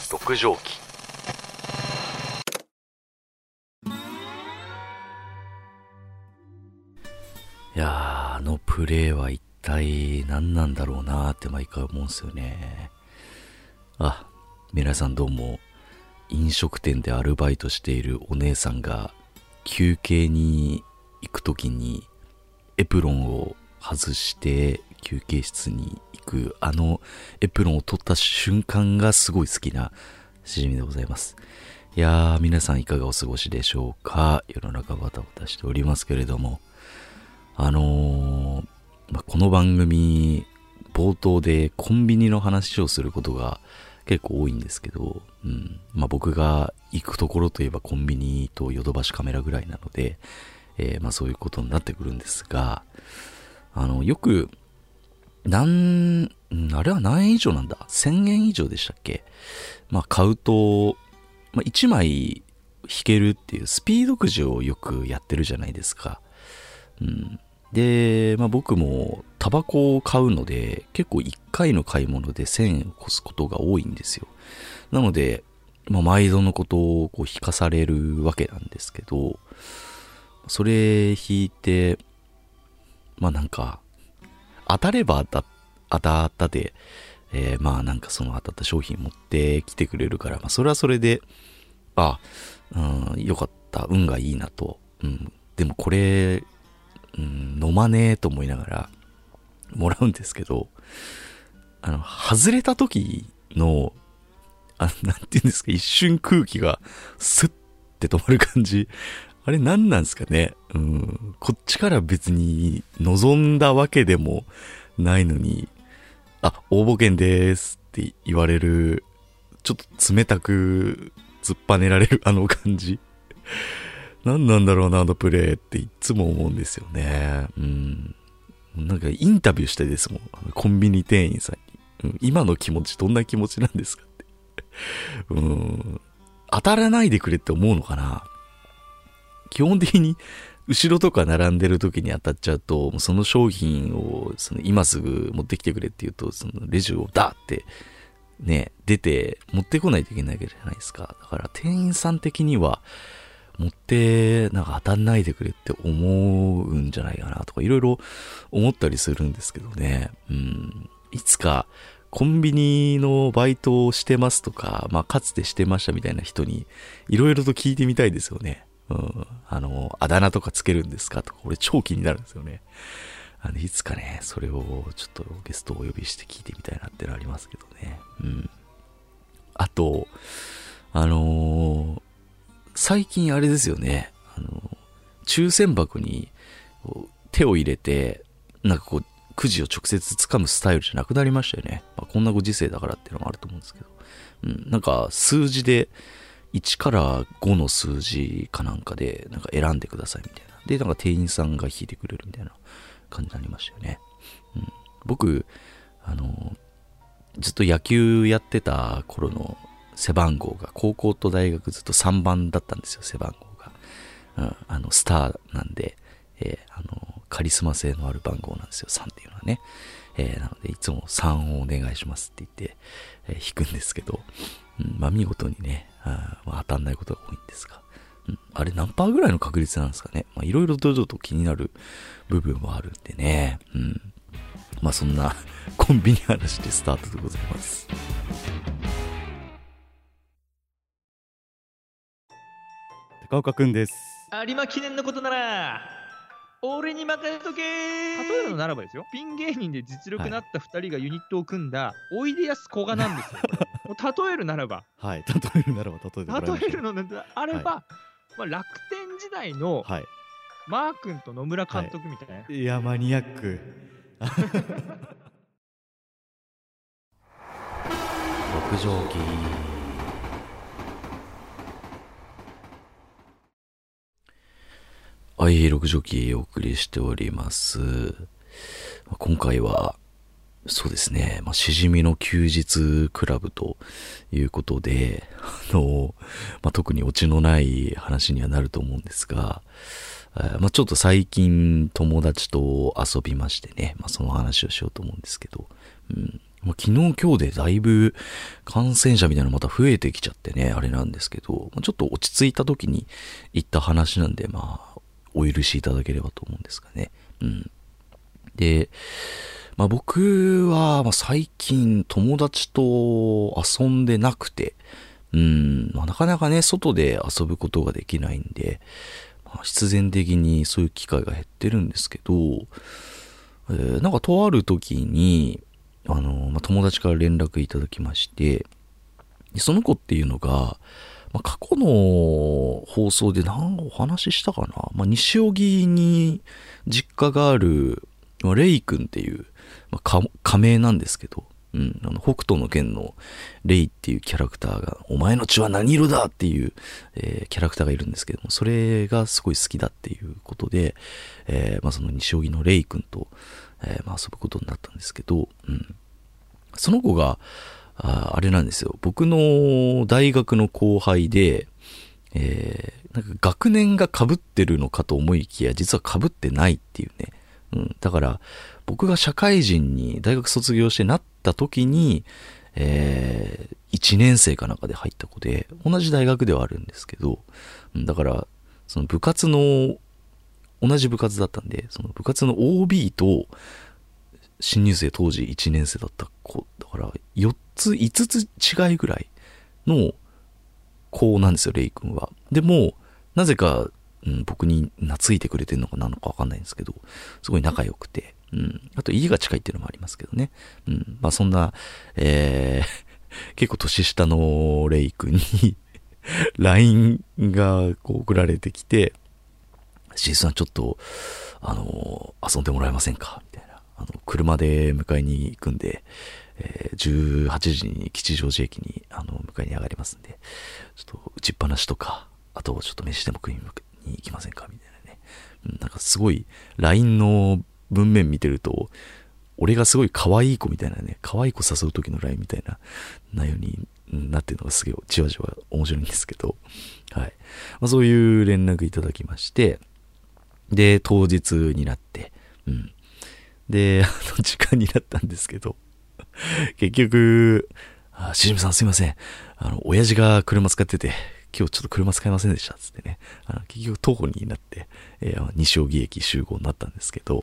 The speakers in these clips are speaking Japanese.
六畳紀。いやー、あのプレーは一体何なんだろうなーって毎回思うんですよね。あ、皆さんどうも。飲食店でアルバイトしているお姉さんが休憩に行くときにエプロンを外して休憩室に行く、あのエプロンを取った瞬間がすごい好きなしじみでございます。いやー、皆さんいかがお過ごしでしょうか。世の中バタバタしておりますけれども、この番組冒頭でコンビニの話をすることが結構多いんですけど、僕が行くところといえばコンビニとヨドバシカメラぐらいなので、そういうことになってくるんですが、よくあれは何円以上なんだ ?1000 円以上でしたっけ？買うと、1枚引けるっていうスピードくじをよくやってるじゃないですか。で、僕もタバコを買うので結構1回の買い物で1000円を越すことが多いんですよ。なので、毎度のことをこう引かされるわけなんですけど、それ引いて、当たれば当たったで、その当たった商品持ってきてくれるから、それはそれで、よかった、運がいいなと。でもこれ、飲まねえと思いながらもらうんですけど、外れた時の、なんていうんですか、一瞬空気がスッて止まる感じ。あれ何なんですかね。こっちから別に望んだわけでもないのに、応募券でーすって言われる、ちょっと冷たく突っぱねられるあの感じ。何なんだろうな、あのプレーっていつも思うんですよね。なんかインタビューしたいですもん。コンビニ店員さんに。今の気持ちどんな気持ちなんですかって。当たらないでくれって思うのかな。基本的に後ろとか並んでる時に当たっちゃうと、その商品を今すぐ持ってきてくれって言うと、そのレジをダーってね、出て持ってこないといけないわけじゃないですか。だから店員さん的には持って当たんないでくれって思うんじゃないかなとかいろいろ思ったりするんですけどね。いつかコンビニのバイトをしてますとか、かつてしてましたみたいな人にいろいろと聞いてみたいですよね。あだ名とかつけるんですかとか、俺超気になるんですよね。いつかね、それをちょっとゲストをお呼びして聞いてみたいなってのありますけどね。あと、最近あれですよね。抽選箱に手を入れて、くじを直接掴むスタイルじゃなくなりましたよね。こんなご時世だからっていうのもあると思うんですけど。数字で、1から5の数字かなんかで選んでくださいみたいな。で、店員さんが引いてくれるみたいな感じになりましたよね。僕、ずっと野球やってた頃の背番号が、高校と大学ずっと3番だったんですよ、背番号が。スターなんで、カリスマ性のある番号なんですよ、3っていうのはね。なので、いつも3をお願いしますって言って、引くんですけど、見事にね、当たんないことが多いんですが、あれ何パーぐらいの確率なんですかね。いろいろとちょっと気になる部分はあるんでね。そんなコンビニ話でスタートでございます。 高岡くんです。 有馬記念のことなら俺に任せとけ。例えるのならばですよ、ピン芸人で実力のあった2人がユニットを組んだおいでやすこがなんですよ。もう例えるならば、 はい、例えるならば例えてもらいましょう。 例えるのであれば、楽天時代のマー君と野村監督みたいな。 いや、マニアック。 六畳紀。はい、六畳紀お送りしております。今回は、そうですね、しじみの休日クラブということで、特にオチのない話にはなると思うんですが、ちょっと最近友達と遊びましてね、その話をしようと思うんですけど、 昨日今日でだいぶ感染者みたいなのまた増えてきちゃってね、あれなんですけど、ちょっと落ち着いた時に言った話なんで、お許しいただければと思うんですがね。で、僕は最近友達と遊んでなくて、なかなかね、外で遊ぶことができないんで、必然的にそういう機会が減ってるんですけど、なんかとある時に、友達から連絡いただきまして、その子っていうのが、過去の放送で何かお話ししたかな、西荻に実家がある、レイ君っていう、仮名なんですけど、北斗の拳のレイっていうキャラクターが、お前の血は何色だっていう、キャラクターがいるんですけども、それがすごい好きだっていうことで、その西荻のレイ君と、遊ぶことになったんですけど、その子が、あれなんですよ。僕の大学の後輩で、なんか学年が被ってるのかと思いきや、実は被ってないっていうね。だから、僕が社会人に大学卒業してなった時に、1年生かなんかで入った子で、同じ大学ではあるんですけど、だから、その部活の、同じ部活だったんで、その部活の OB と、新入生当時1年生だった子、だから4つ、5つ違いぐらいの子なんですよ、レイ君は。でも、なぜか、僕に懐いてくれてるのかなのかわかんないんですけど、すごい仲良くて、あと家が近いっていうのもありますけどね。そんな、結構年下のレイ君にLINE がこう送られてきて、シーさんちょっと、遊んでもらえませんかみたいな。車で迎えに行くんで、18時に吉祥寺駅に、迎えに上がりますんで、ちょっと打ちっぱなしとか、あとちょっと飯でも食いに行きませんかみたいなね。なんかすごい、LINE の文面見てると、俺がすごい可愛い子みたいなね、可愛い子誘う時の LINE みたいな内容になってるのがすげえじわじわ面白いんですけど、はい。そういう連絡いただきまして、で、当日になって、で、時間になったんですけど、結局、しじみさんすいません。親父が車使ってて、今日ちょっと車使いませんでした。つってね。結局徒歩になって、西荻駅集合になったんですけど、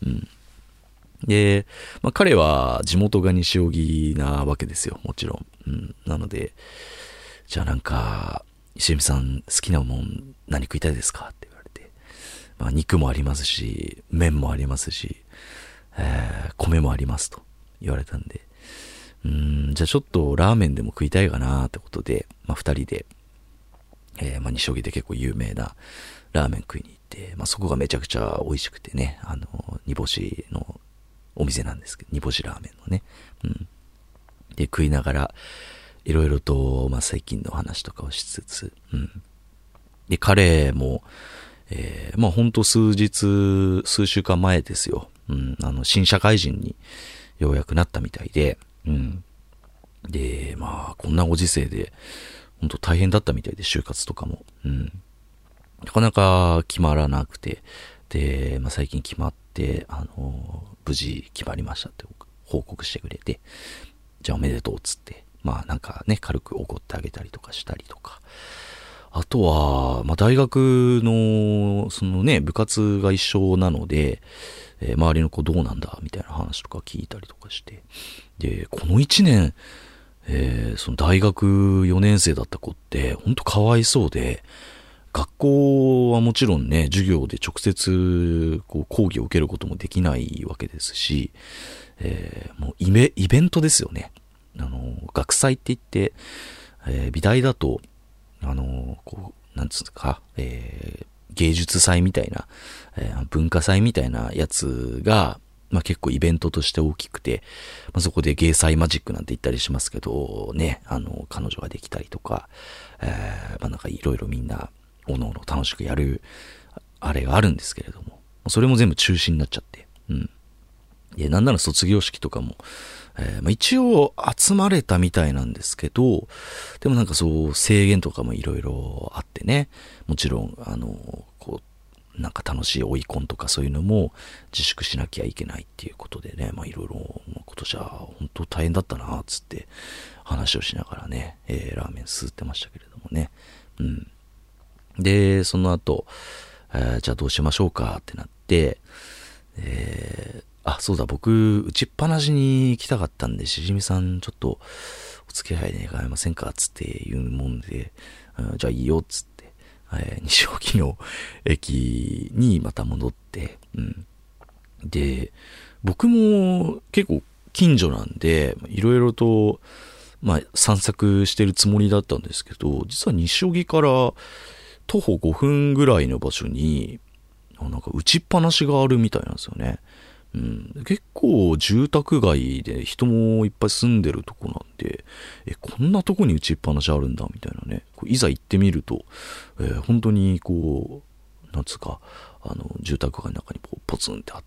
で、彼は地元が西荻なわけですよ。もちろん。なので、じゃあなんか、しじみさん好きなもん何食いたいですかって言われて、肉もありますし、麺もありますし、米もありますと言われたんで、じゃあちょっとラーメンでも食いたいかなってことで、二人で、西荻で結構有名なラーメン食いに行って、そこがめちゃくちゃ美味しくてね、煮干しのお店なんですけど、煮干しラーメンのね、で食いながらいろいろと、最近の話とかをしつつ、で彼も、ほんと数週間前ですよ。新社会人にようやくなったみたいで、で、こんなご時世で、ほんと大変だったみたいで、就活とかも。なかなか決まらなくて、で、最近決まって、無事決まりましたって報告してくれて、じゃあおめでとうっつって、なんかね、軽く怒ってあげたりとかしたりとか、あとは、大学の、そのね、部活が一緒なので、周りの子どうなんだみたいな話とか聞いたりとかして。で、この1年、その大学4年生だった子って、ほんとかわいそうで、学校はもちろんね、授業で直接こう講義を受けることもできないわけですし、もうイベントですよね。学祭って言って、美大だと、こう、なんつうか、芸術祭みたいな、文化祭みたいなやつが、結構イベントとして大きくて、そこで芸祭マジックなんて言ったりしますけど、ね、彼女ができたりとか、なんかいろいろみんな、おのおの楽しくやる、あれがあるんですけれども、それも全部中止になっちゃって、で、なんなら卒業式とかも、一応集まれたみたいなんですけど、でもなんかそう制限とかもいろいろあってね、もちろん、こう、 なんか楽しい追い込んとかそういうのも自粛しなきゃいけないっていうことでね、いろいろ今年は本当大変だったなつって話をしながらね、ラーメンすすってましたけれどもね。で、その後、じゃあどうしましょうかってなって、そうだ、僕、打ちっぱなしに行きたかったんで、しじみさんちょっとお付き合い願えませんかつって言うもんで、じゃあいいよつって、西荻の駅にまた戻って、で、僕も結構近所なんで、いろいろと、散策してるつもりだったんですけど、実は西荻から徒歩5分ぐらいの場所に、なんか打ちっぱなしがあるみたいなんですよね。結構住宅街で人もいっぱい住んでるとこなんで、こんなとこに打ちっぱなしあるんだみたいなね。いざ行ってみると、本当にこう、なんつうか、住宅街の中にポツンってあって、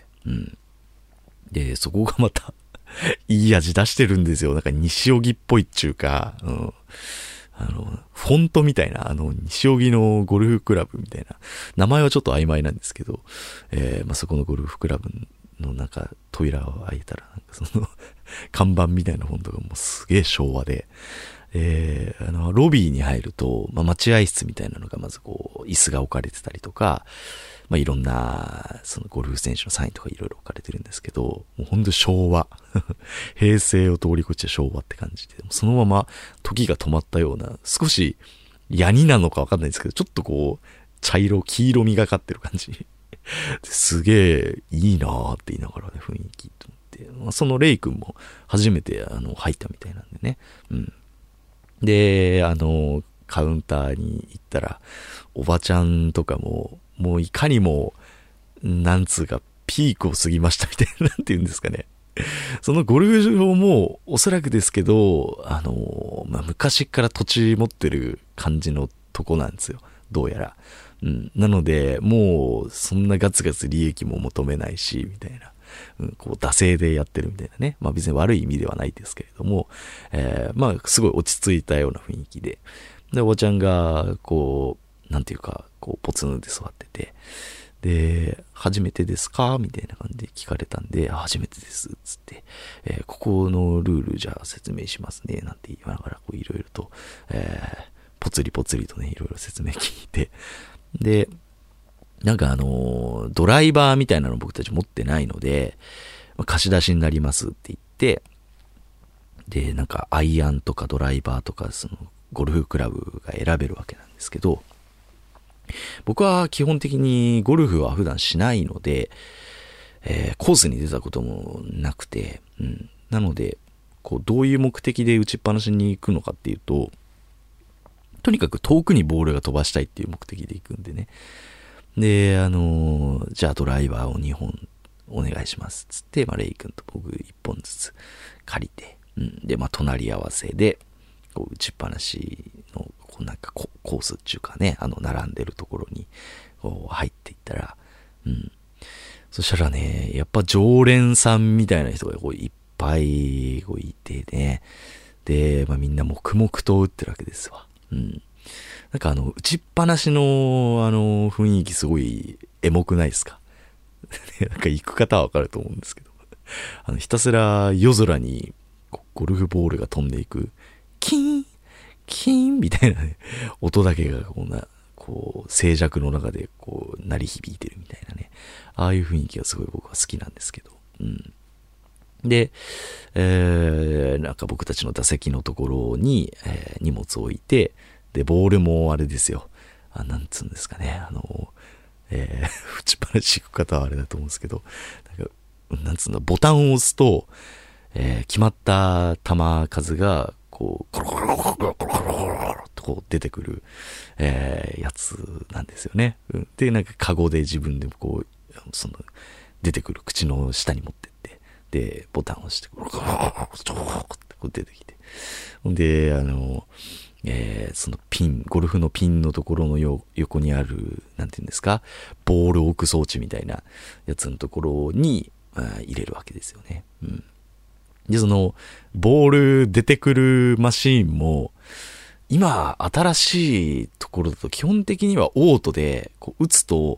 で、そこがまた、いい味出してるんですよ。なんか西荻っぽいっちゅうか、フォントみたいな、西荻のゴルフクラブみたいな、名前はちょっと曖昧なんですけど、そこのゴルフクラブのなんか扉を開いたら、なんかその看板みたいなフォントがもうすげえ昭和で、ロビーに入ると、待合室みたいなのがまずこう、椅子が置かれてたりとか、いろんな、そのゴルフ選手のサインとかいろいろ置かれてるんですけど、もうほんと昭和。平成を通り越して昭和って感じで、そのまま時が止まったような、少しヤニなのかわかんないですけど、ちょっとこう、黄色みがかってる感じ。すげえいいなーって言いながらね、雰囲気と思って。そのレイ君も初めて入ったみたいなんでね。で、カウンターに行ったら、おばちゃんとかも、もういかにも、なんつうか、ピークを過ぎましたみたいな、なんて言うんですかね。そのゴルフ場も、おそらくですけど、昔から土地持ってる感じのとこなんですよ。どうやら。なので、もう、そんなガツガツ利益も求めないし、みたいな。こう、惰性でやってるみたいなね。別に悪い意味ではないですけれども、すごい落ち着いたような雰囲気で。で、おばちゃんが、こう、なんていうか、こう、ポツンって座ってて、で、初めてですかみたいな感じで聞かれたんで、初めてです、つって、ここのルールじゃあ説明しますね、なんて言いながら、こう、いろいろと、ぽつりぽつりとね、いろいろ説明聞いて、で、なんかドライバーみたいなの僕たち持ってないので、貸し出しになりますって言って、で、なんかアイアンとかドライバーとか、その、ゴルフクラブが選べるわけなんですけど、僕は基本的にゴルフは普段しないので、コースに出たこともなくて、なので、こう、どういう目的で打ちっぱなしに行くのかっていうと、とにかく遠くにボールが飛ばしたいっていう目的で行くんでね。で、じゃあドライバーを2本お願いしますつって、レイ君と僕1本ずつ借りて、で、隣り合わせで、こう打ちっぱなしのなんかコースっていうかね、並んでるところにこう入っていったら、そしたらね、やっぱ常連さんみたいな人がこういっぱいこういてね、で、みんな黙々と打ってるわけですわ。なんか打ちっぱなしの雰囲気すごいエモくないですか？なんか行く方はわかると思うんですけど、ひたすら夜空にゴルフボールが飛んでいく、キーンキーンみたいなね、音だけがこう静寂の中でこう鳴り響いてるみたいなね、ああいう雰囲気がすごい僕は好きなんですけど、で、なんか僕たちの打席のところに、荷物を置いて、で、ボールもあれですよ。なんつうんですかね。打ちっぱなし行く方はあれだと思うんですけど、なんつうんだ、ボタンを押すと、決まった球数が、こう、コロコロコロコロコロコロとこう出てくる、やつなんですよね。で、なんかカゴで自分でこう、出てくる口の下に持ってって、で、ボタンを押して、コロコロコロコロってこう出てきて。で、そのゴルフのピンのところの横にある、なんていうんですか、ボールを置く装置みたいなやつのところに、入れるわけですよね。で、その、ボール出てくるマシーンも、今、新しいところだと基本的にはオートで、こう打つと、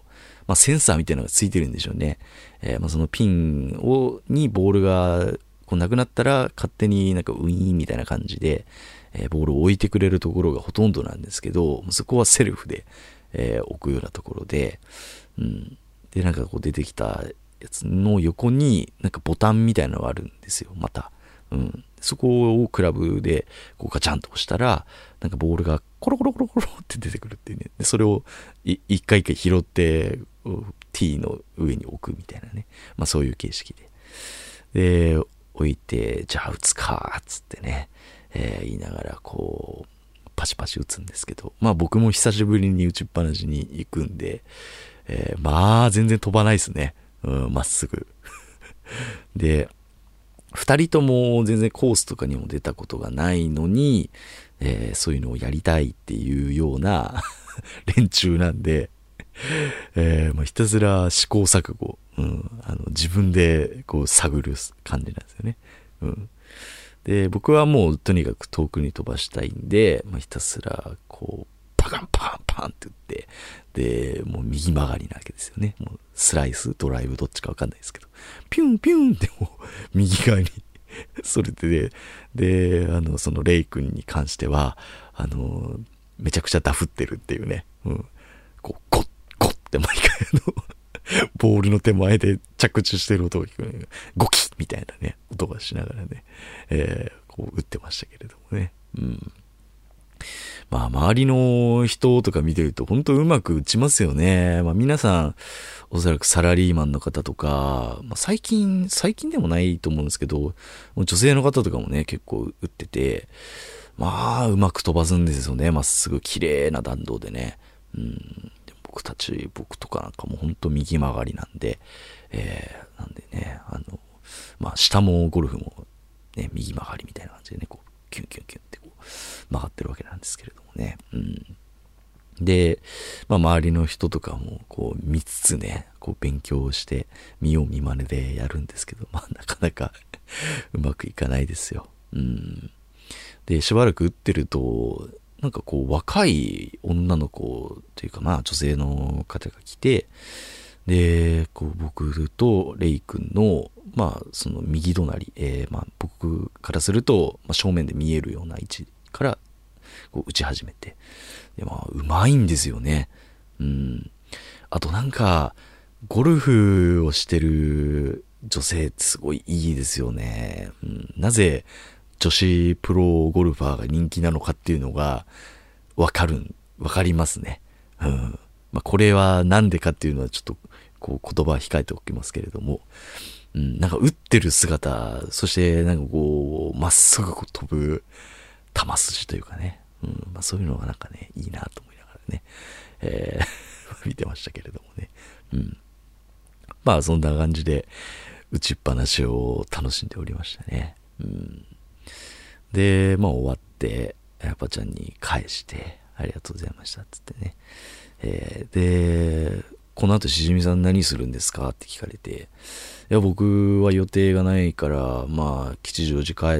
まあ、センサーみたいなのがついてるんでしょうね。まあ、そのピンにボールがこうなくなったら勝手になんかウィーンみたいな感じで、ボールを置いてくれるところがほとんどなんですけど、そこはセルフで、置くようなところで、で、なんかこう出てきたやつの横になんかボタンみたいなのがあるんですよ、また。そこをクラブでこうガチャンと押したら、なんかボールがコロコロコロコロって出てくるっていうね。でそれを一回一回拾って、ティーの上に置くみたいなね。まあそういう形式で。で、置いて、じゃあ打つか、っつってね、言いながらこう、パシパシ打つんですけど、まあ僕も久しぶりに打ちっぱなしに行くんで、まあ全然飛ばないですね。まっすぐ。で、二人とも全然コースとかにも出たことがないのに、そういうのをやりたいっていうような連中なんで、まあ、ひたすら試行錯誤、自分でこう探る感じなんですよね。で、僕はもうとにかく遠くに飛ばしたいんで、まあ、ひたすらこうパカンパカンパンって打って、で、もう右曲がりなわけですよね。もうスライス、ドライブどっちかわかんないですけど、ピュンピュンってもう右側にそれで、そのレイ君に関しては、めちゃくちゃダフってるっていうね、こう、ゴッゴッって毎回ボールの手前で着地してる音が聞こえる、ゴキッみたいなね、音がしながらね、こう打ってましたけれどもね。まあ周りの人とか見てると本当うまく打ちますよね。まあ皆さんおそらくサラリーマンの方とか、まあ、最近でもないと思うんですけど、女性の方とかもね結構打ってて、まあうまく飛ばすんですよね。まっすぐ綺麗な弾道でね。僕とかなんかも本当右曲がりなんで、なんでね、まあ下もゴルフもね右曲がりみたいな感じでね、こうキュンキュンキュンってこう曲がってるわけなんですけれどもね。で、まあ周りの人とかもこう見つつね、こう勉強して見よう見まねでやるんですけど、まあなかなかうまくいかないですよ。で、しばらく打ってると、なんかこう若い女の子というかまあ女性の方が来て、で、こう僕とレイ君の、まあその右隣、まあ僕からすると、まあ、正面で見えるような位置からこう打ち始めて、で、まあうまいんですよね。あとなんかゴルフをしてる女性ってすごいいいですよね。なぜ女子プロゴルファーが人気なのかっていうのがわかりますね。まあ、これはなんでかっていうのはちょっとこう言葉は控えておきますけれども、なんか打ってる姿、そしてなんかこうまっすぐ飛ぶ球筋というかね、まあ、そういうのがなんかねいいなと思いながらね、見てましたけれどもね。まあそんな感じで打ちっぱなしを楽しんでおりましたね。で、まあ終わって、やっぱちゃんに返して、ありがとうございましたっつってね。で、この後しじみさん何するんですかって聞かれて、いや、僕は予定がないから、まあ、吉祥寺帰って、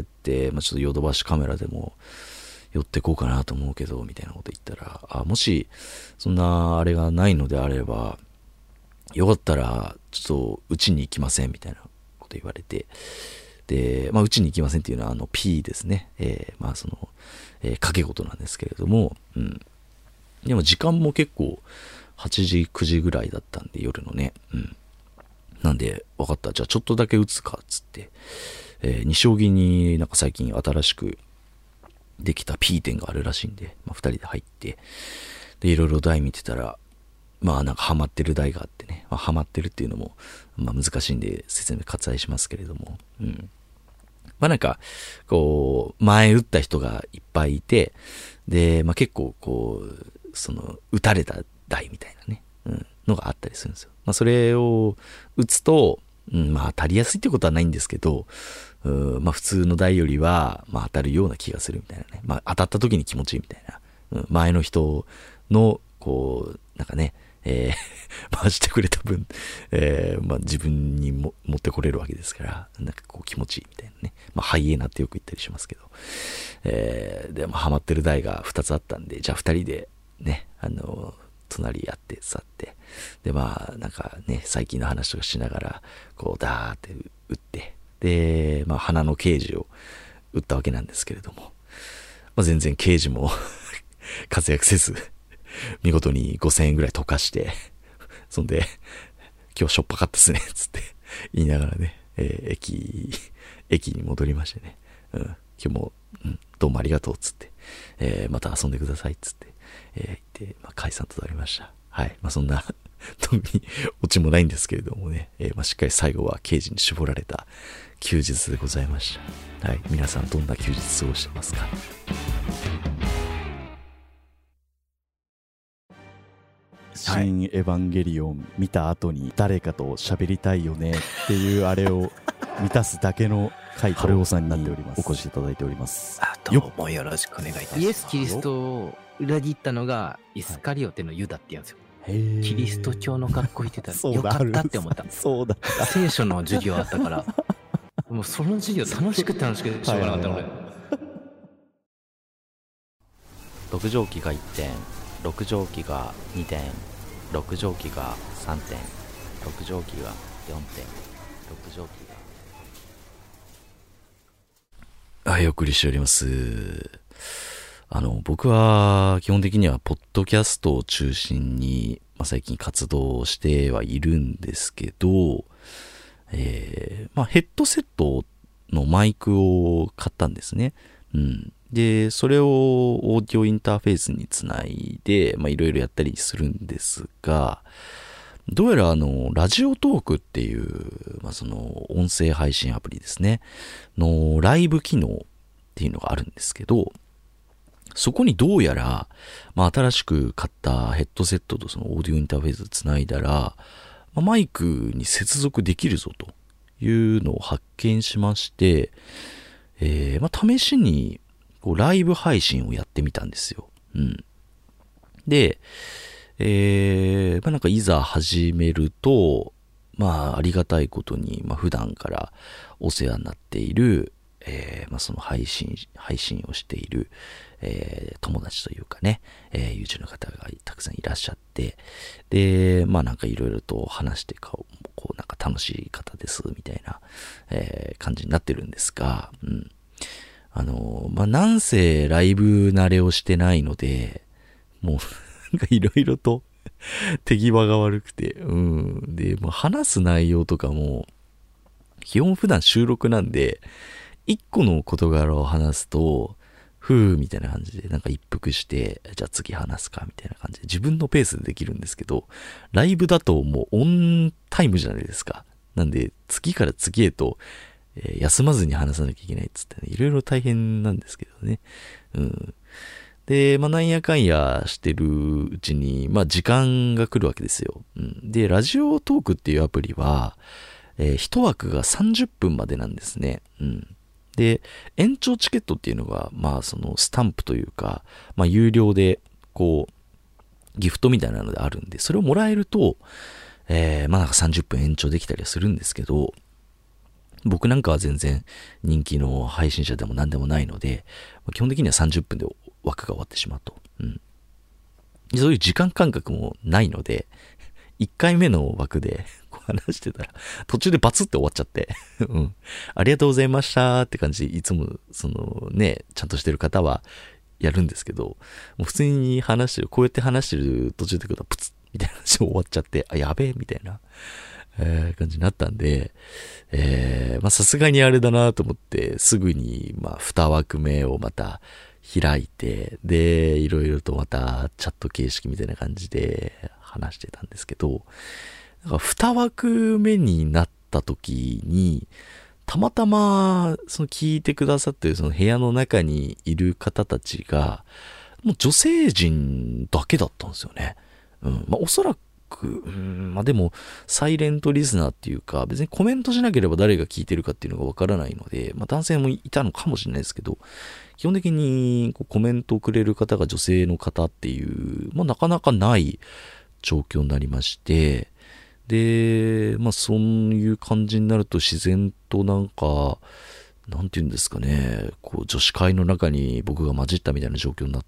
まあちょっとヨドバシカメラでも寄ってこうかなと思うけど、みたいなこと言ったら、もし、そんなあれがないのであれば、よかったら、ちょっと、うちに行きませんみたいなこと言われて、で、まあ、うちに行きませんっていうのは、P ですね。まあ、その、掛け事なんですけれども、でも時間も結構、8時、9時ぐらいだったんで、夜のね。なんで、分かった。じゃあ、ちょっとだけ打つか、つって、西荻になんか最近新しくできた P 店があるらしいんで、まあ、2人で入って、で、いろいろ台見てたら、まあなんかハマってる台があってね、まあ、ハマってるっていうのも、まあ難しいんで説明割愛しますけれども、まあなんか、こう、前打った人がいっぱいいて、で、まあ結構こう、その、打たれた台みたいなね、のがあったりするんですよ。まあそれを打つと、まあ当たりやすいってことはないんですけど、まあ普通の台よりは、まあ当たるような気がするみたいなね。まあ当たった時に気持ちいいみたいな。前の人の、こう、なんかね、回してくれた分、まあ自分に持ってこれるわけですから、なんかこう気持ちいいみたいなね。まあハイエナってよく言ったりしますけど。で、まあハマってる台が2つあったんで、じゃあ2人でね、 隣やって座って、でまあなんかね最近の話とかしながらこうダーって打って、でまあ花の刑事を打ったわけなんですけれども、まあ、全然刑事も活躍せず見事に5000円ぐらい溶かして、そんで今日しょっぱかったっすねつって言いながらね、駅に戻りましてね、今日も、どうもありがとうっつって、また遊んでくださいっつって、言って、解散となりました。はい。そんな特にオチもないんですけれどもね、しっかり最後は刑事に絞られた休日でございました。はい。皆さんどんな休日過ごしてますか？ 新エヴァンゲリオン見た後に誰かと喋りたいよねっていうあれを満たすだけの回と春尾さんになっております。お越しいただいております。 どうもよろしくお願いいたします。イエス・キリストを裏切ったのがイスカリオテのユダって言うんですよ。キリスト教の格好言ってたらよかったって思った。 そうだ。 聖書の授業あったから、もうその授業楽しくてしょうがなかったの俺。 6畳機が1点、6畳機が2点、6畳機が3点、6畳機が4点、6畳機がはい、お送りしております。僕は基本的にはポッドキャストを中心に、最近活動してはいるんですけど、ヘッドセットのマイクを買ったんですね。で、それをオーディオインターフェースにつないで、いろいろやったりするんですが、どうやらラジオトークっていう、その音声配信アプリですね、のライブ機能っていうのがあるんですけど、そこにどうやら、新しく買ったヘッドセットとそのオーディオインターフェースつないだら、マイクに接続できるぞというのを発見しまして、試しにこうライブ配信をやってみたんですよ。で、なんかいざ始めると、ありがたいことに、普段からお世話になっている、その配信をしている、友達というかね、YouTube の方がたくさんいらっしゃって、で、なんかいろいろと話してこうなんか楽しい方ですみたいな、感じになってるんですが、なんせライブ慣れをしてないので、もうなんかいろいろと手際が悪くて、で、もう話す内容とかも基本普段収録なんで、一個の事柄を話すと、みたいな感じで、なんか一服して、じゃあ次話すか、みたいな感じで、自分のペースでできるんですけど、ライブだともうオンタイムじゃないですか。なんで、次から次へと、休まずに話さなきゃいけないっつってね、いろいろ大変なんですけどね。で、なんやかんやしてるうちに、時間が来るわけですよ。で、ラジオトークっていうアプリは、一枠が30分までなんですね。で、延長チケットっていうのが、そのスタンプというか、有料で、こう、ギフトみたいなのであるんで、それをもらえると、なんか30分延長できたりはするんですけど、僕なんかは全然人気の配信者でも何でもないので、基本的には30分で枠が終わってしまうと。そういう時間感覚もないので、1回目の枠で話してたら、途中でバツって終わっちゃって、ありがとうございましたって感じで、いつも、そのね、ちゃんとしてる方はやるんですけど、もう普通に話してる、こうやって話してる途中でプツッみたいな話で終わっちゃって、やべえみたいな、感じになったんで、さすがにあれだなと思って、すぐに、2枠目をまた開いて、で、いろいろとまたチャット形式みたいな感じで話してたんですけど、2枠目になった時に、たまたま、その聞いてくださってるその部屋の中にいる方たちが、もう女性陣だけだったんですよね。おそらく、でも、サイレントリスナーっていうか、別にコメントしなければ誰が聞いてるかっていうのがわからないので、男性もいたのかもしれないですけど、基本的にコメントをくれる方が女性の方っていう、なかなかない状況になりまして、で、そういう感じになると自然となんか、なんていうんですかね、こう女子会の中に僕が混じったみたいな状況にな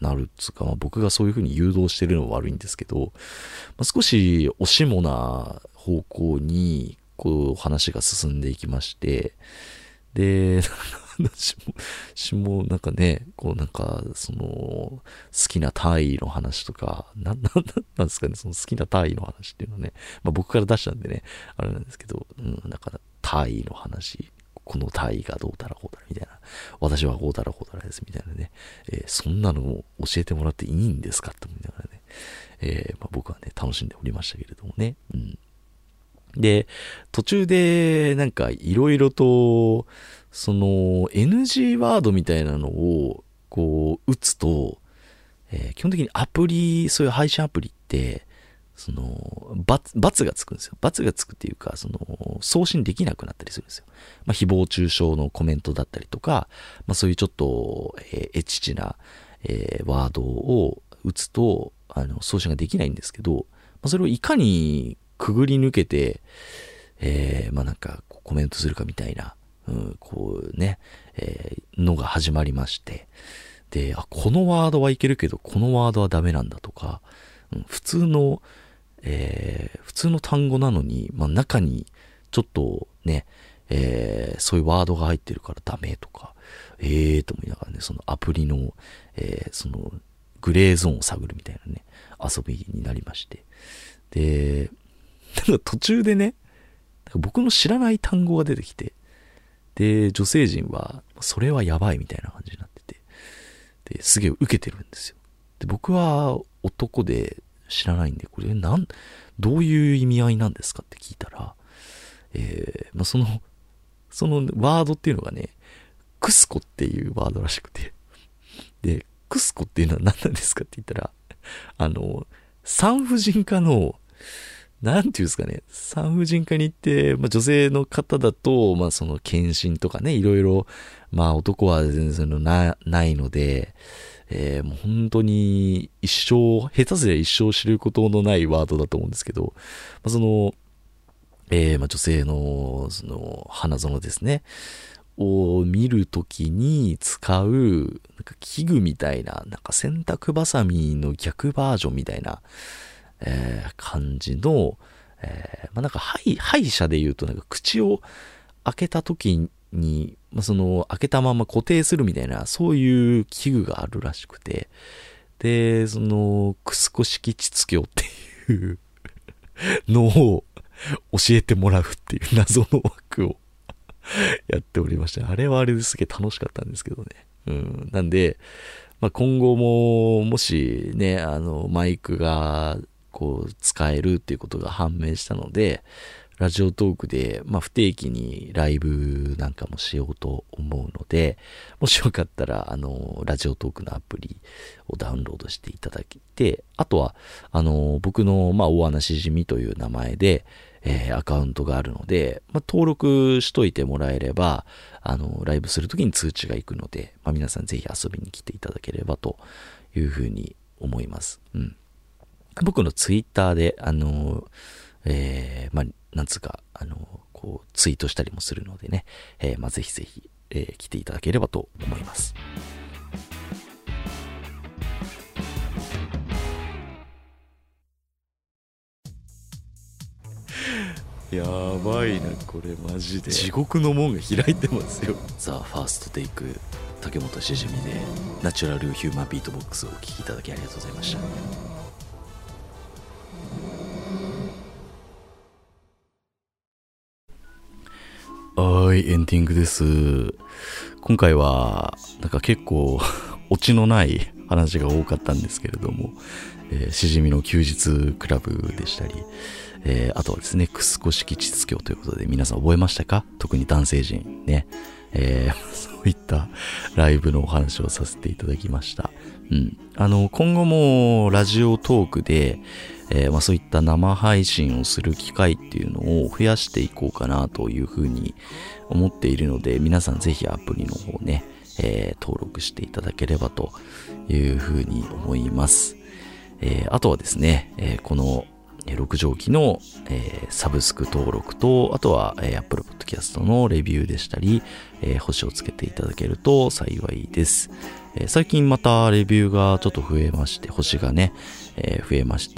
なるっつうか、僕がそういう風に誘導してるのは悪いんですけど、少しおしもな方向にこう話が進んでいきまして、で、私もなんかね、こうなんかその好きな単位の話とか、なんですかね、その好きな単位の話っていうのはね、僕から出したんでね、あれなんですけど、なんか単位の話、この単位がどうたらこうたらみたいな、私はこうたらこうたらですみたいなね、そんなのを教えてもらっていいんですかって思いながらね、僕はね、楽しんでおりましたけれどもね。で、途中でなんかいろいろと、その NG ワードみたいなのをこう打つと、基本的にアプリ、そういう配信アプリって、その罰がつくんですよ。罰がつくっていうか、その送信できなくなったりするんですよ。誹謗中傷のコメントだったりとか、そういうちょっと、エッチな、ワードを打つと送信ができないんですけど、それをいかにくぐり抜けて、なんかコメントするかみたいな、こうね、のが始まりまして、で、このワードはいけるけどこのワードはダメなんだとか、普通の単語なのに、中にちょっとね、そういうワードが入ってるからダメとか、と思いながらね、そのアプリの、そのグレーゾーンを探るみたいなね、遊びになりまして、で、なんか途中でね、僕の知らない単語が出てきて、で、女性陣はそれはやばいみたいな感じになってて、ですげえ受けてるんですよ。で、僕は男で知らないんで、これどういう意味合いなんですかって聞いたら、そのワードっていうのがね、クスコっていうワードらしくて、で、クスコっていうのは何なんですかって言ったら、産婦人科の、なんていうんですかね、産婦人科に行って、女性の方だと、その検診とかね、いろいろ、男は全然ないので、もう本当に下手すりゃ一生知ることのないワードだと思うんですけど、その、女性の、その、花園ですね、を見るときに使う、なんか器具みたいな、なんか洗濯バサミの逆バージョンみたいな、感じの、なんか歯医者で言うとなんか口を開けた時に、その開けたまま固定するみたいな、そういう器具があるらしくて、で、そのクスコ式膣鏡っていうのを教えてもらうっていう謎の枠をやっておりました。あれはあれですげえ楽しかったんですけどね。なんで、今後ももしね、マイクがこう使えるっていうことが判明したので、ラジオトークで、不定期にライブなんかもしようと思うので、もしよかったら、ラジオトークのアプリをダウンロードしていただいて、あとは、僕の、大穴しじみという名前で、アカウントがあるので、登録しといてもらえれば、ライブするときに通知が行くので、皆さんぜひ遊びに来ていただければというふうに思います。僕のツイッターで、なんつうか、こう、ツイートしたりもするのでね、ぜひぜひ、来ていただければと思います。やばいな、これマジで。地獄の門が開いてますよ。ザ・ファーストテイク、竹本しじみで、ナチュラルヒューマンビートボックスをお聴きいただきありがとうございました。はい、エンディングです。今回はなんか結構オチのない話が多かったんですけれども、しじみの休日クラブでしたり、あとはですね、クスコ式膣鏡ということで、皆さん覚えましたか？特に男性陣ね、そういったライブのお話をさせていただきました。今後もラジオトークで、そういった生配信をする機会っていうのを増やしていこうかなというふうに思っているので、皆さんぜひアプリの方ね、登録していただければというふうに思います。あとはですね、この6畳機の、サブスク登録と、あとは、Apple Podcast のレビューでしたり、星をつけていただけると幸いです。 最近またレビューがちょっと増えまして、星がね、増えまして、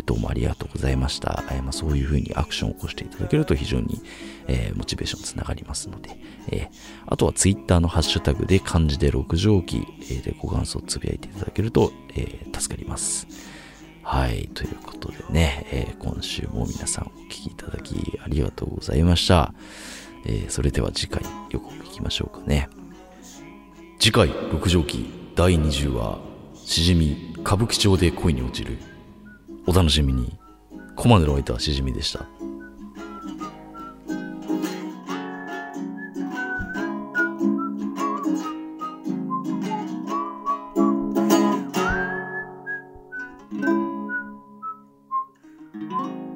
どうもありがとうございました。そういう風にアクションを起こしていただけると非常に、モチベーションつながりますので、あとはツイッターのハッシュタグで漢字で六条記、でご感想をつぶやいていただけると、助かります。はい、ということでね、今週も皆さんお聞きいただきありがとうございました。それでは次回予告いきましょうかね。次回六条記第20話、しじみ歌舞伎町で恋に落ちる。お楽しみに。ここまでのお相手はしじみでした。 うん。